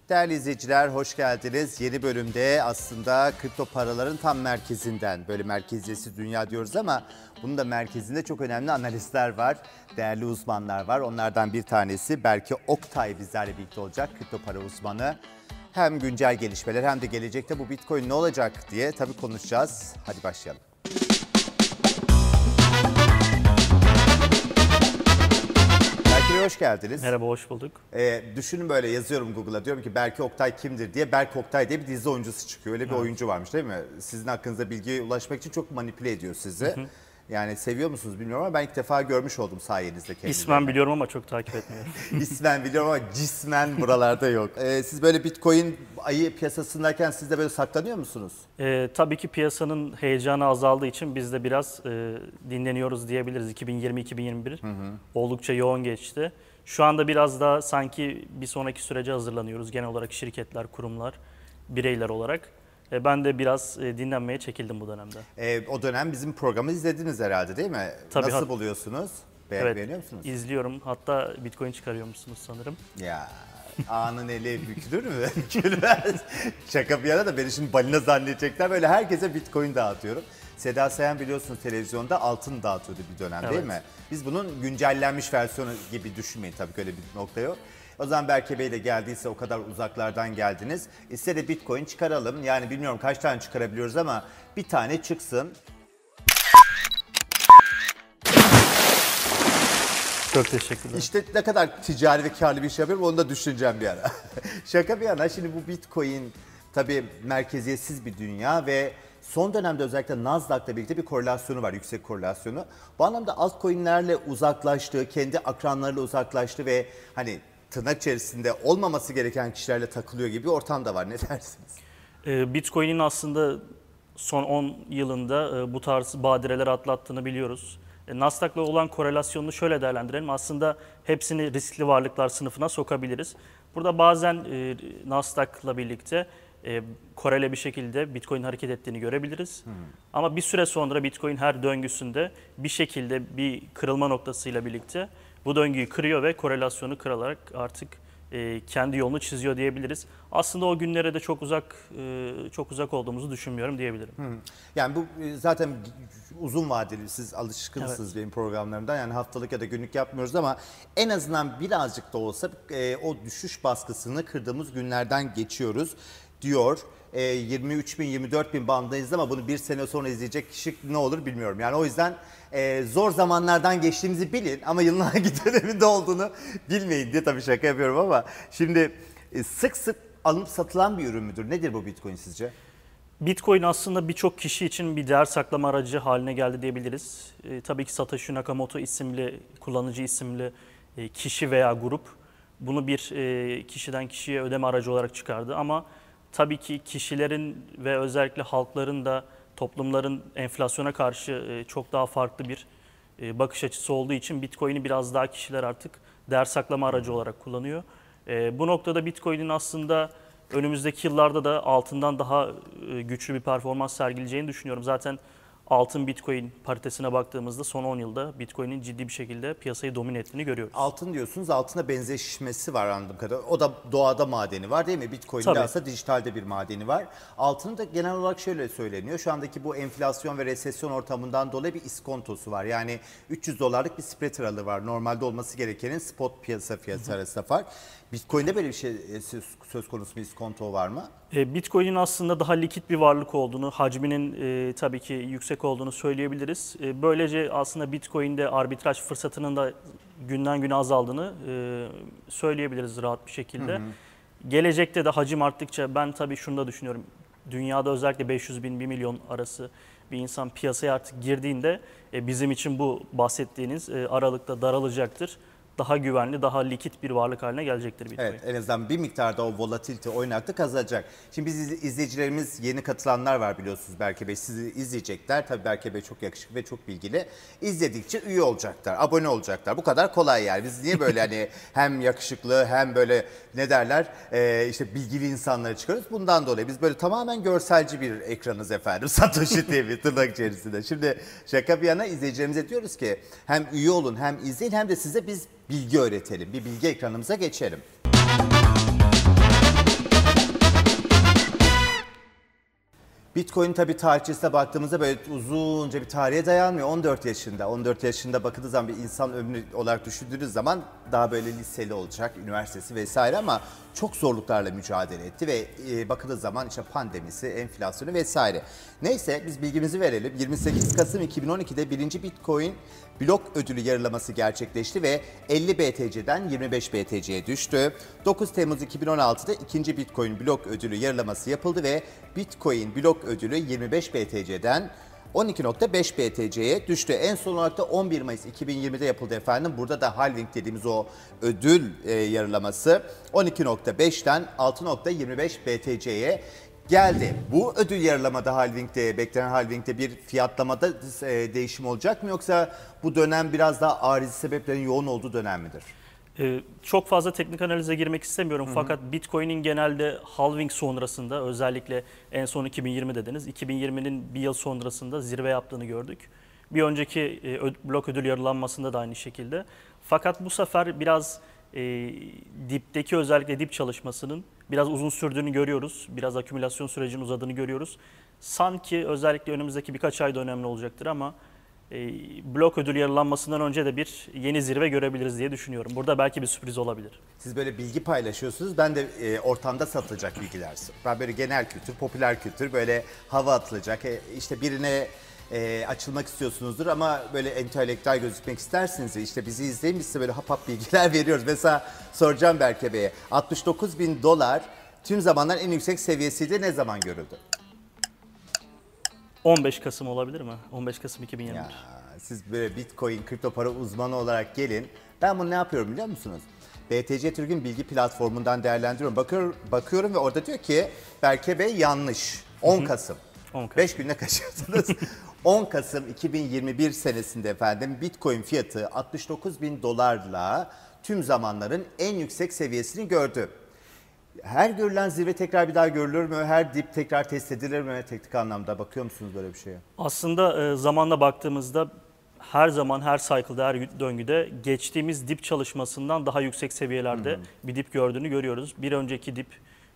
Değerli izleyiciler, hoş geldiniz. Yeni bölümde aslında kripto paraların tam merkezinden, böyle merkeziyetsiz dünya diyoruz ama bunun da merkezinde çok önemli analistler var, değerli uzmanlar var. Onlardan bir tanesi Berke Oktay bizlerle birlikte olacak, kripto para uzmanı. Hem güncel gelişmeler hem de gelecekte bu Bitcoin ne olacak diye tabii konuşacağız. Hadi başlayalım. Hoş geldiniz. Merhaba, hoş bulduk. Düşünün böyle yazıyorum Google'a, diyorum ki Berke Oktay kimdir diye. Berke Oktay diye bir dizi oyuncusu çıkıyor. Öyle bir oyuncu varmış değil mi? Sizin hakkınızda bilgiye ulaşmak için çok manipüle ediyor sizi. Yani seviyor musunuz bilmiyorum ama ben ilk defa görmüş oldum sayenizde kendimi. İsmen biliyorum ama çok takip etmiyorum. İsmen biliyorum ama cismen buralarda yok. Siz böyle Bitcoin ayı piyasasındayken siz de böyle saklanıyor musunuz? Tabii ki piyasanın heyecanı azaldığı için biz de biraz dinleniyoruz diyebiliriz. 2020-2021 oldukça yoğun geçti. Şu anda biraz daha sanki bir sonraki sürece hazırlanıyoruz. Genel olarak şirketler, kurumlar, bireyler olarak. Ben de biraz dinlenmeye çekildim bu dönemde. O dönem bizim programı izlediniz herhalde değil mi? Tabii, nasıl buluyorsunuz? Beğeniyor musunuz? İzliyorum. Hatta Bitcoin çıkarıyormuşsunuz sanırım. Ya anın eli bükülür mü? Bükülmez. Şaka bir yana da beni şimdi balina zannedecekler. Böyle herkese Bitcoin dağıtıyorum. Seda Sayan biliyorsunuz televizyonda altın dağıtıyordu bir dönem değil mi? Biz bunun güncellenmiş versiyonu gibi düşünmeyin tabii ki öyle bir nokta yok. O zaman Berke Bey de geldiyse o kadar uzaklardan geldiniz. İşte de Bitcoin çıkaralım. Yani bilmiyorum kaç tane çıkarabiliyoruz ama bir tane çıksın. Çok teşekkürler. İşte ne kadar ticari ve karlı bir iş yapıyorum onu da düşüneceğim bir ara. Şaka bir yana, şimdi bu Bitcoin tabii merkeziyetsiz bir dünya ve son dönemde özellikle Nasdaq'la birlikte bir korelasyonu var, yüksek korelasyonu. Bu anlamda altcoin'lerle uzaklaştı, kendi akranlarıyla uzaklaştı ve hani tırnak içerisinde olmaması gereken kişilerle takılıyor gibi bir ortam da var. Ne dersiniz? Bitcoin'in aslında son 10 yılında bu tarz badireler atlattığını biliyoruz. Nasdaq'la olan korelasyonunu şöyle değerlendirelim. Aslında hepsini riskli varlıklar sınıfına sokabiliriz. Burada bazen Nasdaq'la birlikte korele bir şekilde Bitcoin hareket ettiğini görebiliriz. Ama bir süre sonra Bitcoin her döngüsünde bir şekilde bir kırılma noktasıyla birlikte bu döngüyü kırıyor ve korelasyonu kırarak artık kendi yolunu çiziyor diyebiliriz. Aslında o günlere de çok uzak olduğumuzu düşünmüyorum diyebilirim. Yani bu zaten uzun vadeli, siz alışkınsınız benim programlarımdan. Yani haftalık ya da günlük yapmıyoruz ama en azından birazcık da olsa o düşüş baskısını kırdığımız günlerden geçiyoruz diyor. 23 bin, 24 bin bandındayız ama bunu bir sene sonra izleyecek kişi ne olur bilmiyorum. Yani o yüzden zor zamanlardan geçtiğimizi bilin ama yılın hangi döneminde olduğunu bilmeyin diye tabii şaka yapıyorum ama şimdi sık sık alınıp satılan bir ürün müdür? Nedir bu Bitcoin sizce? Bitcoin aslında birçok kişi için bir değer saklama aracı haline geldi diyebiliriz. Tabii ki Satoshi Nakamoto isimli, kullanıcı isimli kişi veya grup bunu bir kişiden kişiye ödeme aracı olarak çıkardı ama tabii ki kişilerin ve özellikle halkların da toplumların enflasyona karşı çok daha farklı bir bakış açısı olduğu için Bitcoin'i biraz daha kişiler artık değer saklama aracı olarak kullanıyor. Bu noktada Bitcoin'in aslında önümüzdeki yıllarda da altından daha güçlü bir performans sergileyeceğini düşünüyorum. Zaten altın Bitcoin paritesine baktığımızda son 10 yılda Bitcoin'in ciddi bir şekilde piyasayı domine ettiğini görüyoruz. Altın diyorsunuz, altına benzeşmesi var anladığım kadarıyla. O da doğada madeni var değil mi? Bitcoin'de aslında dijitalde bir madeni var. Altının da genel olarak şöyle söyleniyor. Şu andaki bu enflasyon ve resesyon ortamından dolayı bir iskontosu var. Yani 300 dolarlık bir spread aralığı var. Normalde olması gerekenin spot piyasa fiyatı arasında fark. Bitcoin'de böyle bir şey söz konusu bir iskonto var mı? Bitcoin'in aslında daha likit bir varlık olduğunu, hacminin tabii ki yüksek olduğunu söyleyebiliriz. Böylece aslında Bitcoin'de arbitraj fırsatının da günden güne azaldığını söyleyebiliriz rahat bir şekilde. Gelecekte de hacim arttıkça ben tabii şunu da düşünüyorum. Dünyada özellikle 500 bin, 1 milyon arası bir insan piyasaya artık girdiğinde bizim için bu bahsettiğiniz aralıkta daralacaktır. Daha güvenli, daha likit bir varlık haline gelecektir Bitcoin. Evet, en azından bir miktarda o volatilite, oynaklık kazanacak. Şimdi biz izleyicilerimiz, yeni katılanlar var biliyorsunuz Berke Bey. Sizi izleyecekler. Tabii Berke Bey çok yakışıklı ve çok bilgili. İzledikçe üye olacaklar, abone olacaklar. Bu kadar kolay yani. Biz niye böyle hani hem yakışıklı hem böyle ne derler işte bilgili insanları çıkarıyoruz. Bundan dolayı biz böyle tamamen görselci bir ekranız efendim. Satoshi TV tırnak içerisinde. Şimdi şaka bir yana izleyicilerimize diyoruz ki hem üye olun hem izleyin hem de size biz bilgi öğretelim. Bir bilgi ekranımıza geçelim. Bitcoin tabii tarihçesine baktığımızda böyle uzunca bir tarihe dayanmıyor. 14 yaşında. 14 yaşında bakıldığı zaman bir insan ömrü olarak düşündüğünüz zaman daha böyle liseli olacak, üniversitesi vesaire ama çok zorluklarla mücadele etti ve bakıldığı zaman işte pandemisi, enflasyonu vesaire. Neyse biz bilgimizi verelim. 28 Kasım 2012'de birinci Bitcoin blok ödülü yarılaması gerçekleşti ve 50 BTC'den 25 BTC'ye düştü. 9 Temmuz 2016'da ikinci Bitcoin blok ödülü yarılaması yapıldı ve Bitcoin blok ödülü 25 BTC'den 12.5 BTC'ye düştü. En son olarak da 11 Mayıs 2020'de yapıldı efendim. Burada da halving dediğimiz o ödül yarılaması 12.5'ten 6.25 BTC'ye geldi. Bu ödül yarılamada halvingde, beklenen halvingde bir fiyatlamada değişim olacak mı yoksa bu dönem biraz daha arizi sebeplerin yoğun olduğu dönem midir? Çok fazla teknik analize girmek istemiyorum fakat Bitcoin'in genelde halving sonrasında özellikle en son 2020 dediniz. 2020'nin bir yıl sonrasında zirve yaptığını gördük. Bir önceki blok ödül yarılanmasında da aynı şekilde. Fakat bu sefer biraz dipteki özellikle dip çalışmasının biraz uzun sürdüğünü görüyoruz. Biraz akümülasyon sürecinin uzadığını görüyoruz. Sanki özellikle önümüzdeki birkaç ayda önemli olacaktır ama blok ödül yarılanmasından önce de bir yeni zirve görebiliriz diye düşünüyorum. Burada belki bir sürpriz olabilir. Siz böyle bilgi paylaşıyorsunuz. Ben de ortamda satılacak bilgiler. Ben böyle genel kültür, popüler kültür böyle hava atılacak. İşte birine açılmak istiyorsunuzdur ama böyle entelektüel gözükmek istersiniz. İşte bizi izleyin biz size böyle hap bilgiler veriyoruz. Mesela soracağım Berke Bey'e. $69.000 tüm zamanların en yüksek seviyesiyle ne zaman görüldü? 15 Kasım olabilir mi? 15 Kasım 2021. Ya, siz böyle Bitcoin, kripto para uzmanı olarak gelin. Ben bunu ne yapıyorum biliyor musunuz? BTC Türk'ün bilgi platformundan değerlendiriyorum. Bakıyorum ve orada diyor ki Berke Bey yanlış. 10 Kasım. 10 Kasım. 5 günde kaçırdınız. 10 Kasım 2021 senesinde efendim Bitcoin fiyatı $69.000'la tüm zamanların en yüksek seviyesini gördü. Her görülen zirve tekrar bir daha görülür mü? Her dip tekrar test edilir mi? Teknik anlamda bakıyor musunuz böyle bir şeye? Aslında zamanla baktığımızda her zaman, her cycle'da, her döngüde geçtiğimiz dip çalışmasından daha yüksek seviyelerde bir dip gördüğünü görüyoruz. Bir önceki dip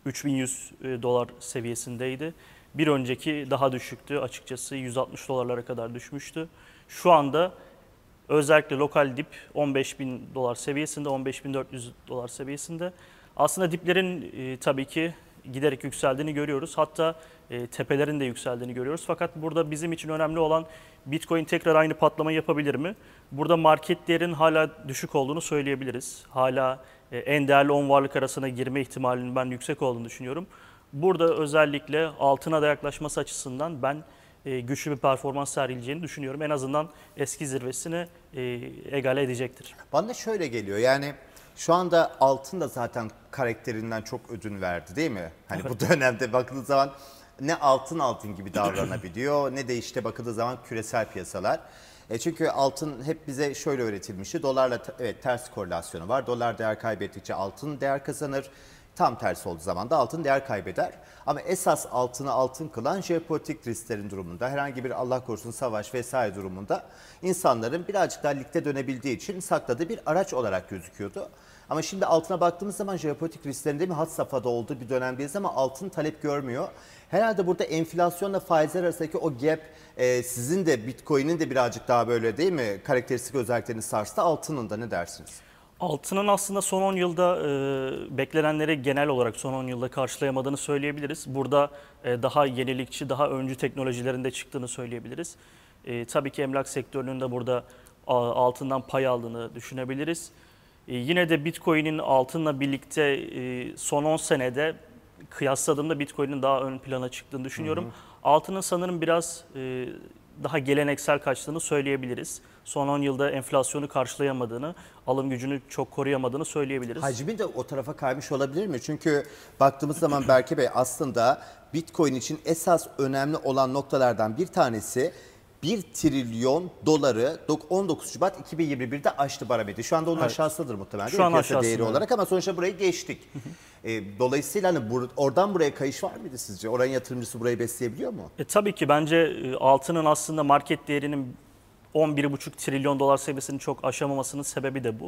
$3.100 seviyesindeydi. Bir önceki daha düşüktü açıkçası $160 kadar düşmüştü. Şu anda özellikle lokal dip $15.000 seviyesinde, $15.400 seviyesinde. Aslında diplerin tabii ki giderek yükseldiğini görüyoruz. Hatta tepelerin de yükseldiğini görüyoruz. Fakat burada bizim için önemli olan Bitcoin tekrar aynı patlamayı yapabilir mi? Burada market değerinin hala düşük olduğunu söyleyebiliriz. Hala en değerli 10 varlık arasına girme ihtimalinin ben yüksek olduğunu düşünüyorum. Burada özellikle altına da yaklaşması açısından ben güçlü bir performans sergileyeceğini düşünüyorum. En azından eski zirvesini egale edecektir. Bana da şöyle geliyor yani şu anda altın da zaten karakterinden çok ödün verdi değil mi? Hani bu dönemde bakıldığı zaman ne altın gibi davranabiliyor ne de işte bakıldığı zaman küresel piyasalar. Çünkü altın hep bize şöyle öğretilmişti. Dolarla evet, ters korelasyonu var. Dolar değer kaybettikçe altın değer kazanır. Tam tersi olduğu zaman da altın değer kaybeder. Ama esas altını altın kılan jeopolitik risklerin durumunda, herhangi bir Allah korusun savaş vesaire durumunda insanların birazcık daha ligde dönebildiği için sakladığı bir araç olarak gözüküyordu. Ama şimdi altına baktığımız zaman jeopolitik risklerin değil mi had safhada olduğu bir dönemdeyiz ama altın talep görmüyor. Herhalde burada enflasyonla faizler arasındaki o gap sizin de Bitcoin'in de birazcık daha böyle değil mi karakteristik özelliklerini sarstı, altının da ne dersiniz? Altının aslında son 10 yılda beklenenleri genel olarak son 10 yılda karşılayamadığını söyleyebiliriz. Burada daha yenilikçi, daha öncü teknolojilerinde çıktığını söyleyebiliriz. Tabii ki emlak sektörünün de burada altından pay aldığını düşünebiliriz. Yine de Bitcoin'in altınla birlikte son 10 senede kıyasladığımda Bitcoin'in daha ön plana çıktığını düşünüyorum. Altının sanırım biraz daha geleneksel kaçtığını söyleyebiliriz. Son 10 yılda enflasyonu karşılayamadığını, alım gücünü çok koruyamadığını söyleyebiliriz. Hacmi de o tarafa kaymış olabilir mi? Çünkü baktığımız zaman Berke Bey aslında Bitcoin için esas önemli olan noktalardan bir tanesi 1 trilyon doları 19 Şubat 2021'de aştı parametre. Şu anda onun aşağısıdır muhtemelen değil mi? Piyasa değeri olarak ama sonuçta burayı geçtik. Dolayısıyla hani oradan buraya kayış var mıydı sizce? Oranın yatırımcısı burayı besleyebiliyor mu? Tabii ki bence altının aslında market değerinin 11,5 trilyon dolar seviyesini çok aşamamasının sebebi de bu.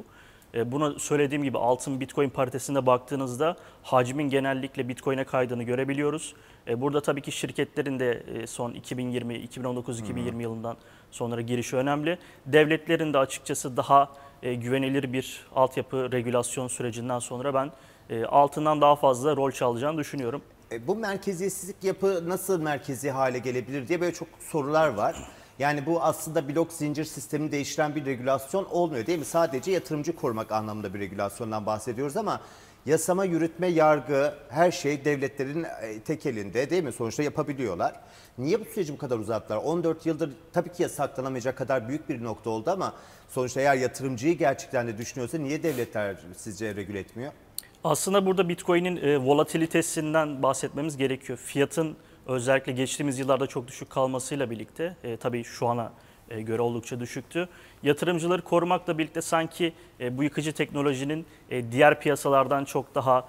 Bunu söylediğim gibi altın Bitcoin paritesinde baktığınızda hacmin genellikle Bitcoin'e kaydığını görebiliyoruz. Burada tabii ki şirketlerin de son 2019-2020 yılından sonra girişi önemli. Devletlerin de açıkçası daha güvenilir bir altyapı regülasyon sürecinden sonra ben altından daha fazla rol çalacağını düşünüyorum. Bu merkeziyetsizlik yapı nasıl merkezi hale gelebilir diye böyle çok sorular var. Yani bu aslında blok zincir sistemini değiştiren bir regülasyon olmuyor değil mi? Sadece yatırımcı korumak anlamında bir regülasyondan bahsediyoruz ama yasama, yürütme, yargı her şey devletlerin tek elinde değil mi? Sonuçta yapabiliyorlar. Niye bu süreci bu kadar uzattılar? 14 yıldır tabii ki yasaklanamayacak kadar büyük bir nokta oldu ama sonuçta eğer yatırımcıyı gerçekten de düşünüyorsa niye devletler sizce regüle etmiyor? Aslında burada Bitcoin'in volatilitesinden bahsetmemiz gerekiyor. Fiyatın özellikle geçtiğimiz yıllarda çok düşük kalmasıyla birlikte, tabii şu ana göre oldukça düşüktü. Yatırımcıları korumakla birlikte sanki bu yıkıcı teknolojinin diğer piyasalardan çok daha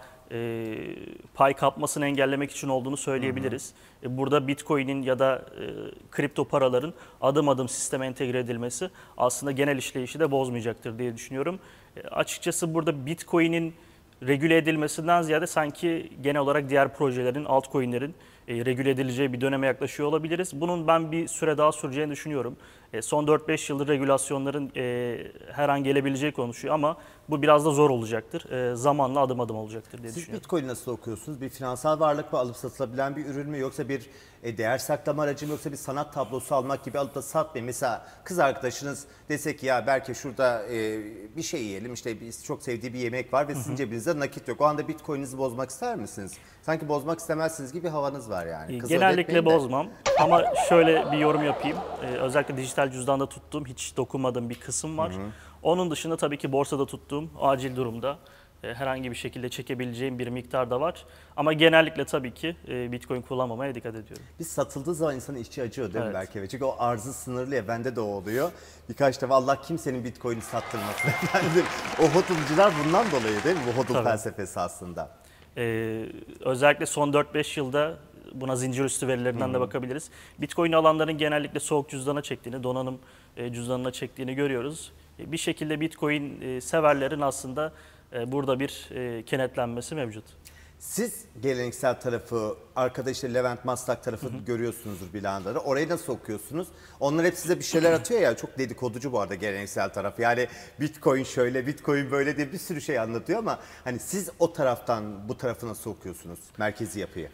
pay kapmasını engellemek için olduğunu söyleyebiliriz. Burada Bitcoin'in ya da kripto paraların adım adım sisteme entegre edilmesi aslında genel işleyişi de bozmayacaktır diye düşünüyorum. Açıkçası burada Bitcoin'in regüle edilmesinden ziyade sanki genel olarak diğer projelerin, altcoin'lerin regüle edileceği bir döneme yaklaşıyor olabiliriz. Bunun ben bir süre daha süreceğini düşünüyorum. Son 4-5 yıldır regülasyonların her an gelebileceği konuşuyor ama bu biraz da zor olacaktır. Zamanla adım adım olacaktır diye düşünüyorum. Siz Bitcoin'i nasıl okuyorsunuz? Bir finansal varlık mı, alıp satılabilen bir ürün mü, yoksa bir değer saklama aracı mı, yoksa bir sanat tablosu almak gibi alıp da satmayın? Mesela kız arkadaşınız dese ki ya belki şurada bir şey yiyelim, işte çok sevdiği bir yemek var ve sizin cebinizde nakit yok. O anda Bitcoin'inizi bozmak ister misiniz? Sanki bozmak istemezsiniz gibi bir havanız var yani. Genellikle bozmam ama şöyle bir yorum yapayım. Özellikle dijital cüzdanda tuttuğum, hiç dokunmadığım bir kısım var. Onun dışında tabii ki borsada tuttuğum acil durumda herhangi bir şekilde çekebileceğim bir miktar da var. Ama genellikle tabii ki Bitcoin kullanmamaya dikkat ediyorum. Biz satıldığı zaman insanın içi acıyor değil mi Evet. Berke Bey? Çünkü o arzı sınırlı ya, bende de o oluyor. Birkaç defa Allah kimsenin Bitcoin'i sattırmasın efendim. O hodulcular bundan dolayı değil mi? Bu hodul felsefesi aslında. Özellikle son 4-5 yılda buna zincir üstü verilerinden de bakabiliriz. Bitcoin alanların genellikle soğuk cüzdana çektiğini, donanım cüzdanına çektiğini görüyoruz. Bir şekilde Bitcoin severlerin aslında burada bir kenetlenmesi mevcut. Siz geleneksel tarafı, arkadaşlar Levent Maslak tarafı görüyorsunuzdur bilanları. Orayı nasıl okuyorsunuz? Onlar hep size bir şeyler atıyor ya, çok dedikoducu bu arada geleneksel taraf. Yani Bitcoin şöyle, Bitcoin böyle diye bir sürü şey anlatıyor ama hani siz o taraftan bu tarafı nasıl okuyorsunuz, merkezi yapıyı?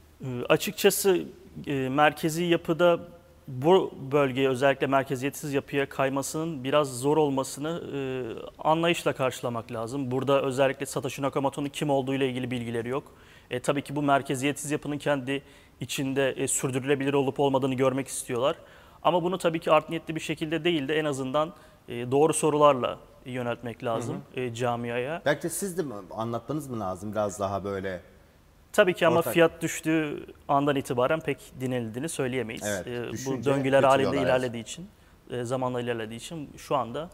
Açıkçası merkezi yapıda bu bölgeye, özellikle merkeziyetsiz yapıya kaymasının biraz zor olmasını anlayışla karşılamak lazım. Burada özellikle Satoshi Nakamoto'nun kim olduğu ile ilgili bilgileri yok. Tabii ki bu merkeziyetsiz yapının kendi içinde sürdürülebilir olup olmadığını görmek istiyorlar. Ama bunu tabii ki art niyetli bir şekilde değil de en azından doğru sorularla yöneltmek lazım camiaya. Belki de siz de anlatmanız mı lazım biraz daha böyle? Tabii ki ama Ortak. fiyat düştüğü andan itibaren pek dinlenildiğini söyleyemeyiz. Evet, Bu düşünce döngüler halinde götürüyorlar, ilerlediği için, zamanla ilerlediği için şu anda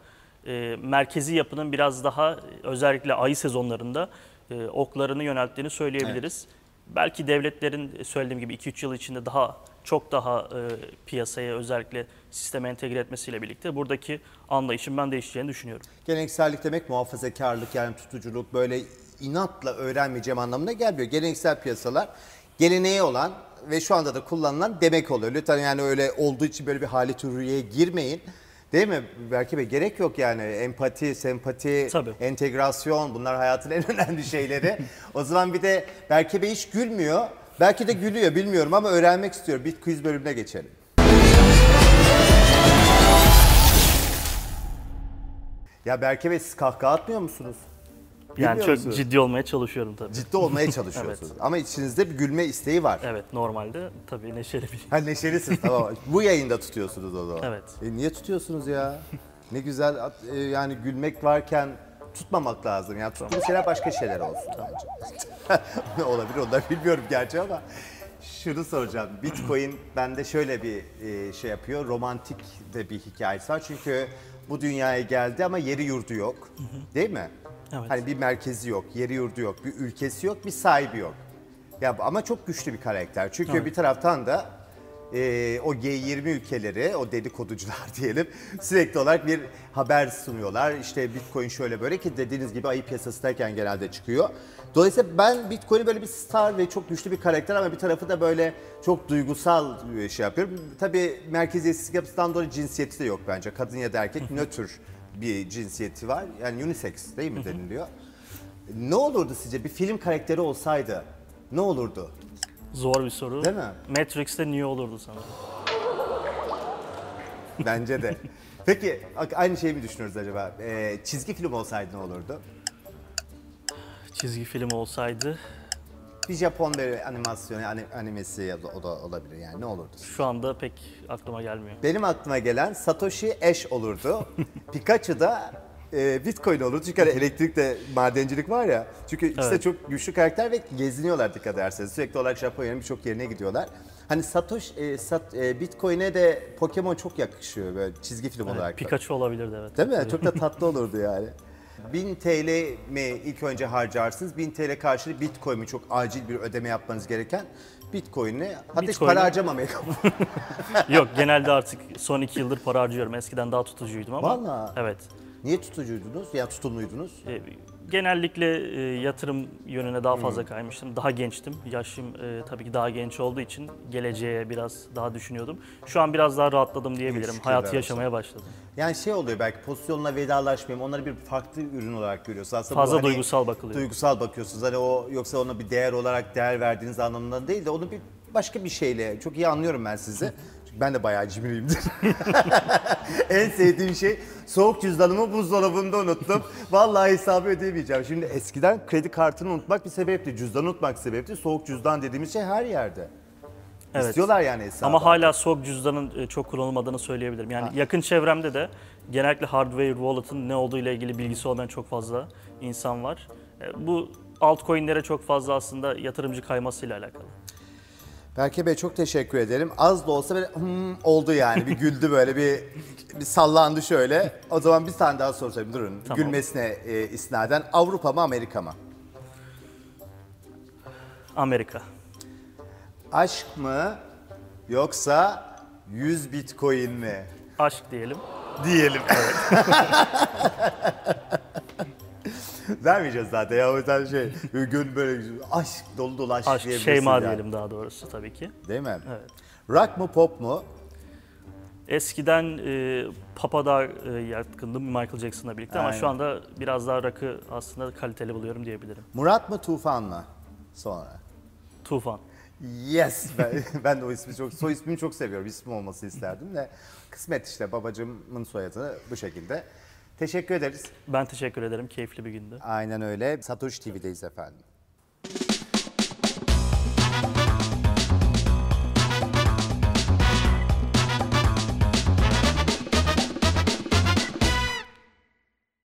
merkezi yapının biraz daha özellikle ayı sezonlarında oklarını yönelttiğini söyleyebiliriz. Belki devletlerin söylediğim gibi 2-3 yıl içinde çok daha piyasaya özellikle sisteme entegre etmesiyle birlikte buradaki anlayışın ben değişeceğini düşünüyorum. Geleneksellik demek muhafazakarlık, yani tutuculuk, böyle inatla öğrenmeyeceğim anlamına gelmiyor. Geleneksel piyasalar geleneği olan ve şu anda da kullanılan demek oluyor. Lütfen yani öyle olduğu için böyle bir halet hürriyeye girmeyin. Değil mi Berke Bey? Gerek yok yani. Empati, sempati, Tabii. entegrasyon, bunlar hayatın en önemli şeyleri. O zaman bir de Berke Bey hiç gülmüyor. Belki de gülüyor, bilmiyorum ama öğrenmek istiyor. Bir quiz bölümüne geçelim. Ya Berke Bey, siz kahkaha atmıyor musunuz? Yani Gülmüyor çok musunuz? ciddi olmaya çalışıyorum tabii. Ciddi olmaya çalışıyorsunuz. Ama içinizde bir gülme isteği var. Evet, normalde tabii neşeli bir. Ha, neşelisiniz, tamam. Bu yayında tutuyorsunuz o zaman. Evet. Niye tutuyorsunuz ya? Ne güzel, yani gülmek varken tutmamak lazım. Yani tuttuğumuz şeyler başka şeyler olsun bence. Ne olabilir onları bilmiyorum gerçi ama. Şunu soracağım. Bitcoin bende şöyle bir şey yapıyor. Romantik de bir hikayesi var. Çünkü bu dünyaya geldi ama yeri yurdu yok. Değil mi? Evet. Hani bir merkezi yok, yeri yurdu yok, bir ülkesi yok, bir sahibi yok. Ya ama çok güçlü bir karakter. Çünkü Evet. bir taraftan da o G20 ülkeleri, o dedikoducular diyelim, sürekli olarak bir haber sunuyorlar. İşte Bitcoin şöyle böyle ki dediğiniz gibi ayı piyasasındayken genelde çıkıyor. Dolayısıyla ben Bitcoin'i böyle bir star ve çok güçlü bir karakter ama bir tarafı da böyle çok duygusal bir şey yapıyorum. Tabii merkeziyetsizlik yapısından dolayı cinsiyeti de yok bence. Kadın ya da erkek nötr bir cinsiyeti var. Yani unisex değil mi deniliyor? Ne olurdu sizce bir film karakteri olsaydı ne olurdu? Zor bir soru. Değil mi? Matrix'te Neo olurdu sanırım. Bence de. Peki aynı şeyi mi düşünüyoruz acaba? Çizgi film olsaydı ne olurdu? Çizgi film olsaydı Bir Japon bir animasyon, animesi ya da o da olabilir yani ne olurdu? şu anda pek aklıma gelmiyor. Benim aklıma gelen Satoshi Ash olurdu. Pikachu da Bitcoin olurdu. Çünkü hani elektrikle madencilik var ya. Çünkü ikisi de Evet. çok güçlü karakter ve geziniyorlar dikkat ederseniz. Sürekli olarak Japonya'nın birçok yerine gidiyorlar. Hani Bitcoin'e de Pokemon çok yakışıyor böyle çizgi film olarak. da. Pikachu olabilirdi evet. Değil mi? Çok da tatlı olurdu yani. 1000 TL mi ilk önce harcarsınız? 1000 TL karşılığı Bitcoin mi? Çok acil bir ödeme yapmanız gereken Bitcoin'le. Hatta hiç Bitcoin'le- para harcamamaya Yok genelde artık son 2 yıldır para harcıyorum. Eskiden daha tutucuydum ama. Vallahi. Evet. Niye tutucuydunuz? Ya tutumluydunuz? Genellikle yatırım yönüne daha fazla kaymıştım. Daha gençtim. Yaşım tabii ki daha genç olduğu için geleceğe biraz daha düşünüyordum. Şu an biraz daha rahatladım diyebilirim. Şükürler Hayatı olsun. yaşamaya başladım. Yani şey oluyor belki pozisyonla vedalaşmayayım. Onları bir farklı ürün olarak görüyorsunuz. Aslında Fazla bu hani duygusal bakılıyor. Duygusal bakıyorsunuz. Hani o yoksa ona bir değer olarak değer verdiğiniz anlamında değil de onu bir başka bir şeyle çok iyi anlıyorum ben sizi. Çünkü ben de bayağı cimriyimdir. En sevdiğim şey soğuk cüzdanımı buzdolabında unuttum. Vallahi hesabı ödeyemeyeceğim. Şimdi eskiden kredi kartını unutmak bir sebepti. Cüzdanı unutmak sebepti. Soğuk cüzdan dediğimiz şey her yerde. Evet. İstiyorlar yani hesabı. Ama hala soğuk cüzdanın çok kullanılmadığını söyleyebilirim. Yani yakın çevremde de genellikle hardware wallet'ın ne olduğu ile ilgili bilgisi olmayan çok fazla insan var. Bu altcoin'lere çok fazla aslında yatırımcı kaymasıyla alakalı. Berke Bey çok teşekkür ederim. Az da olsa böyle oldu yani. Bir güldü böyle bir sallandı şöyle. O zaman bir tane daha soru sorayım. Durun. Tamam. Gülmesine isnaden. Avrupa mı Amerika mı? Amerika. Aşk mı yoksa 100 Bitcoin mi? Aşk diyelim. Diyelim. Vermeyeceğiz zaten ya o yüzden gün böyle aşk dolu dolu aşk Aşk, diyebilirsin Şeyma yani. diyelim daha doğrusu tabii ki. Değil mi? Evet. Rock mu pop mu? Eskiden pop'a daha yatkındım Michael Jackson'la birlikte ama Aynen. şu anda biraz daha rock'ı aslında kaliteli buluyorum diyebilirim. Murat mı Tufan mı? Sonra. Tufan. Yes. Ben de o ismi soy ismini çok seviyorum. İsmim olması isterdim de. Kısmet işte babacığımın soyadı bu şekilde. Teşekkür ederiz. Ben teşekkür ederim. Keyifli bir gündü. Aynen öyle. Satoshi TV'deyiz efendim.